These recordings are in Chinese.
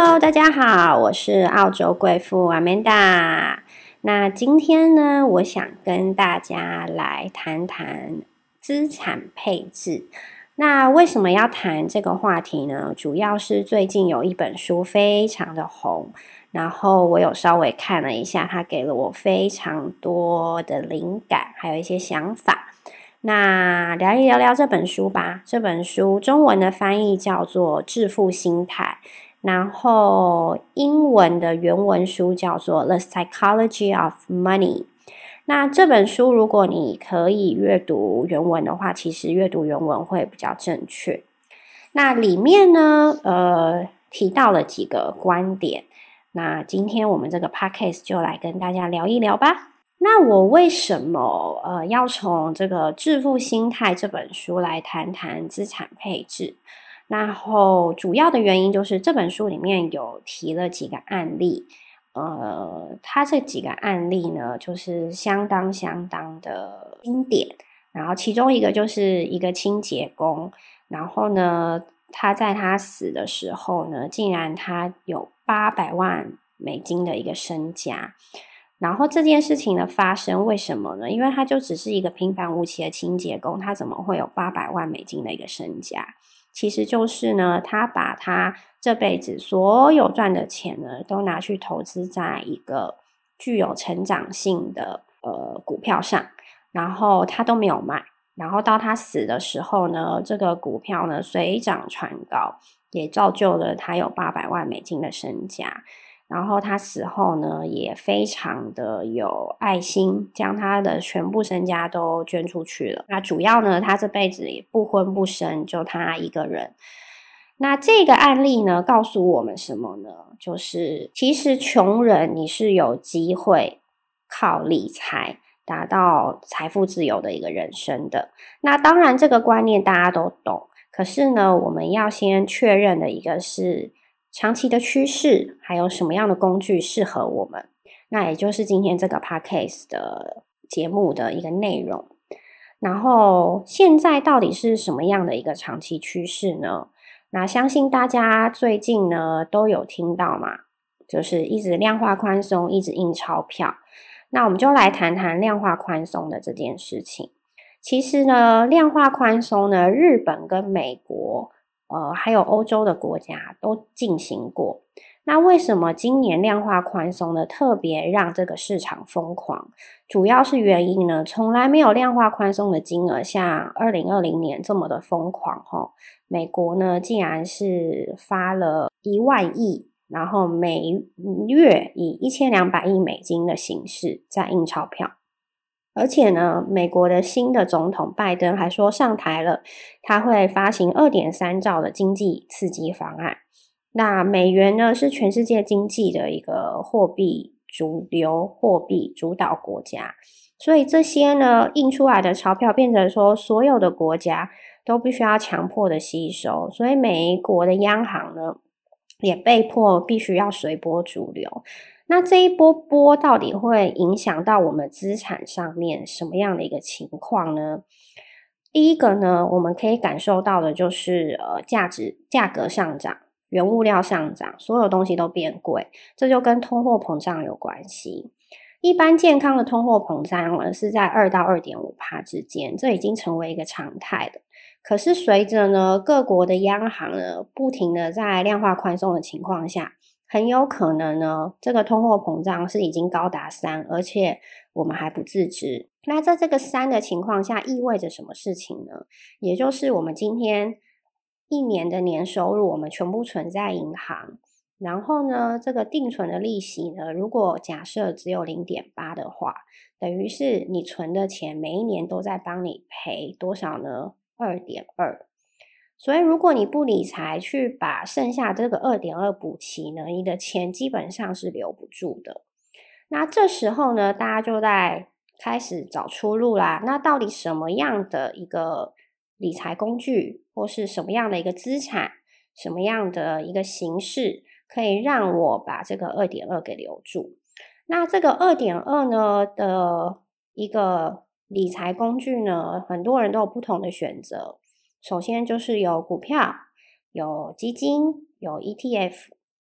Hello， 大家好，我是澳洲贵妇 Amanda。那今天呢，我想跟大家来谈谈资产配置。那为什么要谈这个话题呢？主要是最近有一本书非常的红，然后我有稍微看了一下，它给了我非常多的灵感，还有一些想法。那聊一聊这本书吧。这本书中文的翻译叫做《致富心态》。然后英文的原文书叫做 The Psychology of Money。那这本书如果你可以阅读原文的话，其实阅读原文会比较正确。那里面呢提到了几个观点，那今天我们这个 podcast 就来跟大家聊一聊吧。那我为什么要从这个《致富心态》这本书来谈谈资产配置？然后主要的原因就是这本书里面有提了几个案例，它这几个案例呢，就是相当的经典。然后其中一个就是一个清洁工，然后呢，他在他死的时候呢，竟然他有800万美金的一个身家。然后这件事情的发生，为什么呢？因为他就只是一个平凡无奇的清洁工，他怎么会有800万美金的一个身家？其实就是呢，他把他这辈子所有赚的钱呢，都拿去投资在一个具有成长性的股票上，然后他都没有卖。然后到他死的时候呢，这个股票呢水涨船高，也造就了他有800万美金的身家。然后他死后呢，也非常的有爱心，将他的全部身家都捐出去了。那主要呢，他这辈子也不婚不生，就他一个人。那这个案例呢，告诉我们什么呢？就是其实穷人你是有机会靠理财达到财富自由的一个人生的。那当然这个观念大家都懂，可是呢，我们要先确认的一个是长期的趋势，还有什么样的工具适合我们。那也就是今天这个 podcast 的节目的一个内容。然后现在到底是什么样的一个长期趋势呢？那相信大家最近呢都有听到嘛，就是一直量化宽松，一直印钞票。那我们就来谈谈量化宽松的这件事情。其实呢，量化宽松呢，日本跟美国还有欧洲的国家都进行过。那为什么今年量化宽松呢特别让这个市场疯狂？主要是原因呢，从来没有量化宽松的金额像2020年这么的疯狂齁。美国呢竟然是发了1万亿，然后每月以1200亿美金的形式在印钞票。而且呢，美国的新的总统拜登还说上台了，他会发行2.3兆的经济刺激方案。那美元呢是全世界经济的一个货币主流货币主导国家，所以这些呢印出来的钞票变成说所有的国家都必须要强迫的吸收，所以美国的央行呢也被迫必须要随波逐流。那这一波到底会影响到我们资产上面什么样的一个情况呢？第一个呢，我们可以感受到的就是价格上涨，原物料上涨，所有东西都变贵，这就跟通货膨胀有关系。一般健康的通货膨胀呢是在2到2.5% 之间，这已经成为一个常态了。可是随着呢各国的央行呢不停的在量化宽松的情况下，很有可能呢这个通货膨胀是已经高达3，而且我们还不自知。那在这个3的情况下意味着什么事情呢？也就是我们今天一年的年收入我们全部存在银行，然后呢这个定存的利息呢，如果假设只有 0.8 的话，等于是你存的钱每一年都在帮你赔多少呢？ 2.2。 所以如果你不理财去把剩下这个 2.2 补齐呢，你的钱基本上是留不住的。那这时候呢大家就在开始找出路啦。那到底什么样的一个理财工具，或是什么样的一个资产，什么样的一个形式可以让我把这个 2.2 给留住？那这个 2.2 呢的一个理财工具呢，很多人都有不同的选择。首先就是有股票，有基金，有 ETF，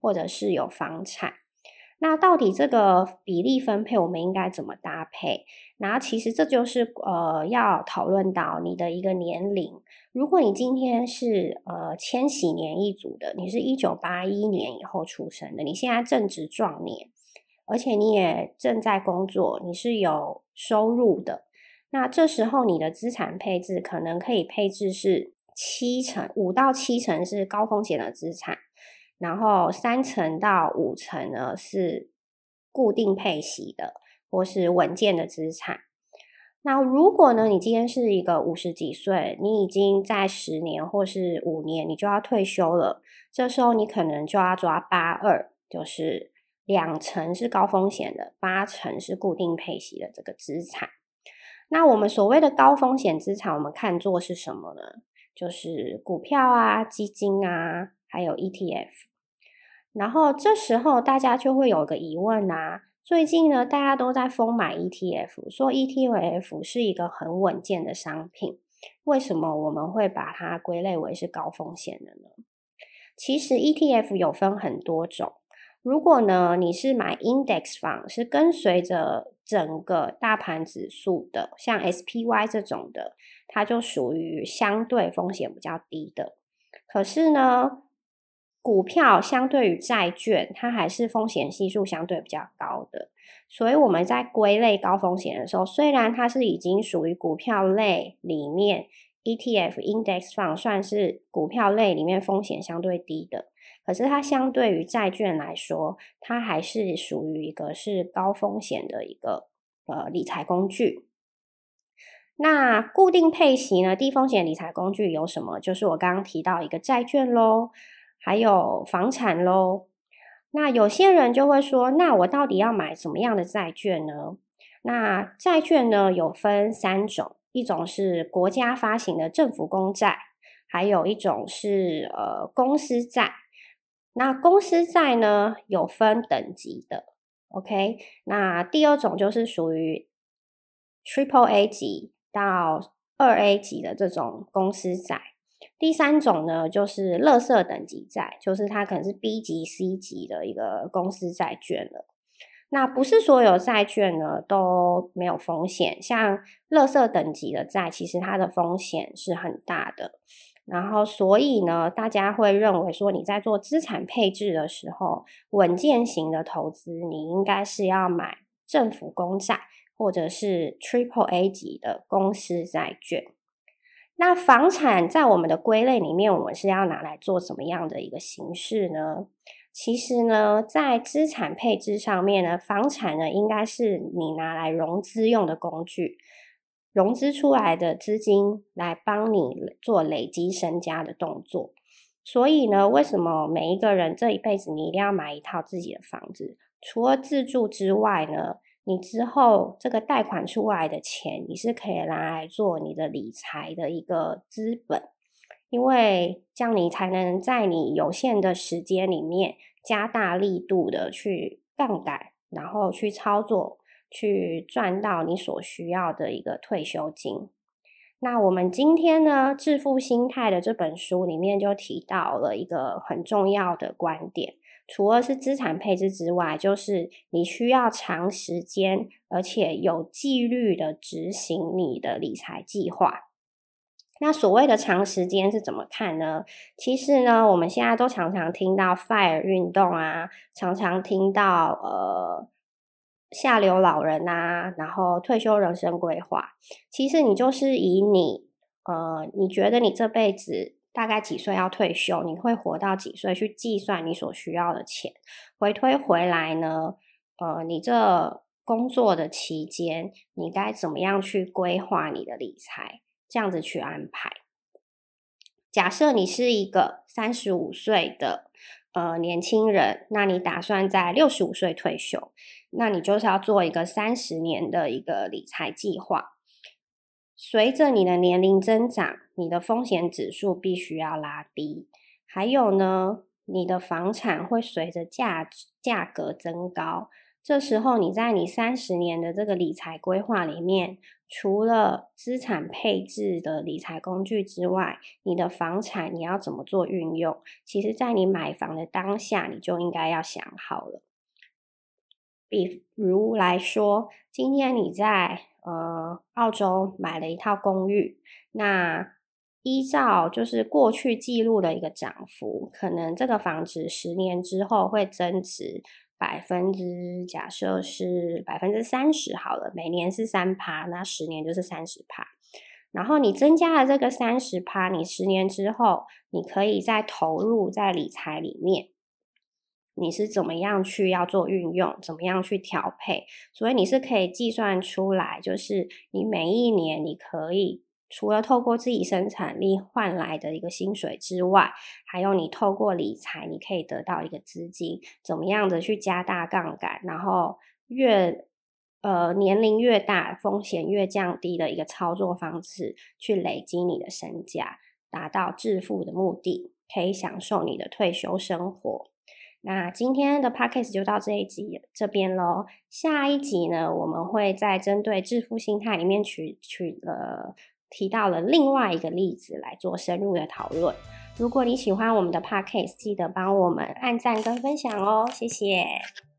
或者是有房产。那到底这个比例分配我们应该怎么搭配？然后其实这就是要讨论到你的一个年龄。如果你今天是千禧年一族的，你是1981年以后出生的，你现在正值壮年，而且你也正在工作，你是有收入的，那这时候你的资产配置可能可以配置是5到7成是高风险的资产，然后3成到5成呢是固定配息的或是稳健的资产。那如果呢，你今天是一个50几岁，你已经在10年或是5年，你就要退休了，这时候你可能就要抓82，就是2成是高风险的，8成是固定配息的这个资产。那我们所谓的高风险资产，我们看作是什么呢？就是股票啊、基金啊，还有 ETF。然后这时候大家就会有个疑问啊，最近呢大家都在疯买 ETF， 说 ETF 是一个很稳健的商品，为什么我们会把它归类为是高风险的呢？其实 ETF 有分很多种，如果呢你是买 Index Fund， 是跟随着整个大盘指数的，像 SPY 这种的，它就属于相对风险比较低的。可是呢，股票相对于债券，它还是风险系数相对比较高的。所以我们在归类高风险的时候，虽然它是已经属于股票类里面 ETF Index Fund 算是股票类里面风险相对低的，可是它相对于债券来说，它还是属于一个是高风险的一个理财工具。那固定配息呢，低风险理财工具有什么？就是我刚刚提到一个债券咯，还有房产咯。那有些人就会说，那我到底要买什么样的债券呢？那债券呢有分3种，一种是国家发行的政府公债，还有一种是公司债。那公司债呢有分等级的 ，OK？ 那第二种就是属于 Triple A 级到2A 级的这种公司债。第3种呢，就是垃圾等级债，就是它可能是 B 级、C 级的一个公司债券了。那不是所有债券呢都没有风险，像垃圾等级的债，其实它的风险是很大的。然后所以呢，大家会认为说你在做资产配置的时候，稳健型的投资，你应该是要买政府公债或者是 Triple A 级的公司债券。那房产在我们的归类里面，我们是要拿来做什么样的一个形式呢？其实呢，在资产配置上面呢，房产呢应该是你拿来融资用的工具，融资出来的资金来帮你做累积身家的动作。所以呢，为什么每一个人这一辈子你一定要买一套自己的房子？除了自住之外呢，你之后这个贷款出来的钱，你是可以拿来做你的理财的一个资本，因为这样你才能在你有限的时间里面加大力度的去杠杆，然后去操作，去赚到你所需要的一个退休金。那我们今天呢，致富心态的这本书里面就提到了一个很重要的观点，除了是资产配置之外，就是你需要长时间而且有纪律的执行你的理财计划。那所谓的长时间是怎么看呢？其实呢，我们现在都常常听到 FIRE 运动啊，常常听到下流老人啊，然后退休人生规划。其实你就是以你觉得你这辈子大概几岁要退休，你会活到几岁去计算你所需要的钱，回推回来呢，你这工作的期间，你该怎么样去规划你的理财，这样子去安排。假设你是一个35岁的年轻人，那你打算在65岁退休，那你就是要做一个30年的一个理财计划。随着你的年龄增长，你的风险指数必须要拉低。还有呢，你的房产会随着价格增高， 这时候你在你30年的这个理财规划里面，除了资产配置的理财工具之外，你的房产你要怎么做运用？其实在你买房的当下，你就应该要想好了。比如来说，今天你在澳洲买了一套公寓，那依照就是过去记录的一个涨幅，可能这个房子10年之后会增值假设是30%好了，每年是3%，那10年就是30%。然后你增加了这个30%，你10年之后，你可以再投入在理财里面。你是怎么样去要做运用，怎么样去调配，所以你是可以计算出来，就是你每一年你可以除了透过自己生产力换来的一个薪水之外，还有你透过理财你可以得到一个资金，怎么样的去加大杠杆，然后年龄越大，风险越降低的一个操作方式，去累积你的身价，达到致富的目的，可以享受你的退休生活。那今天的 podcast 就到这边咯，下一集呢，我们会再针对致富心态里面提到了另外一个例子来做深入的讨论。如果你喜欢我们的 podcast， 记得帮我们按赞跟分享哦，谢谢。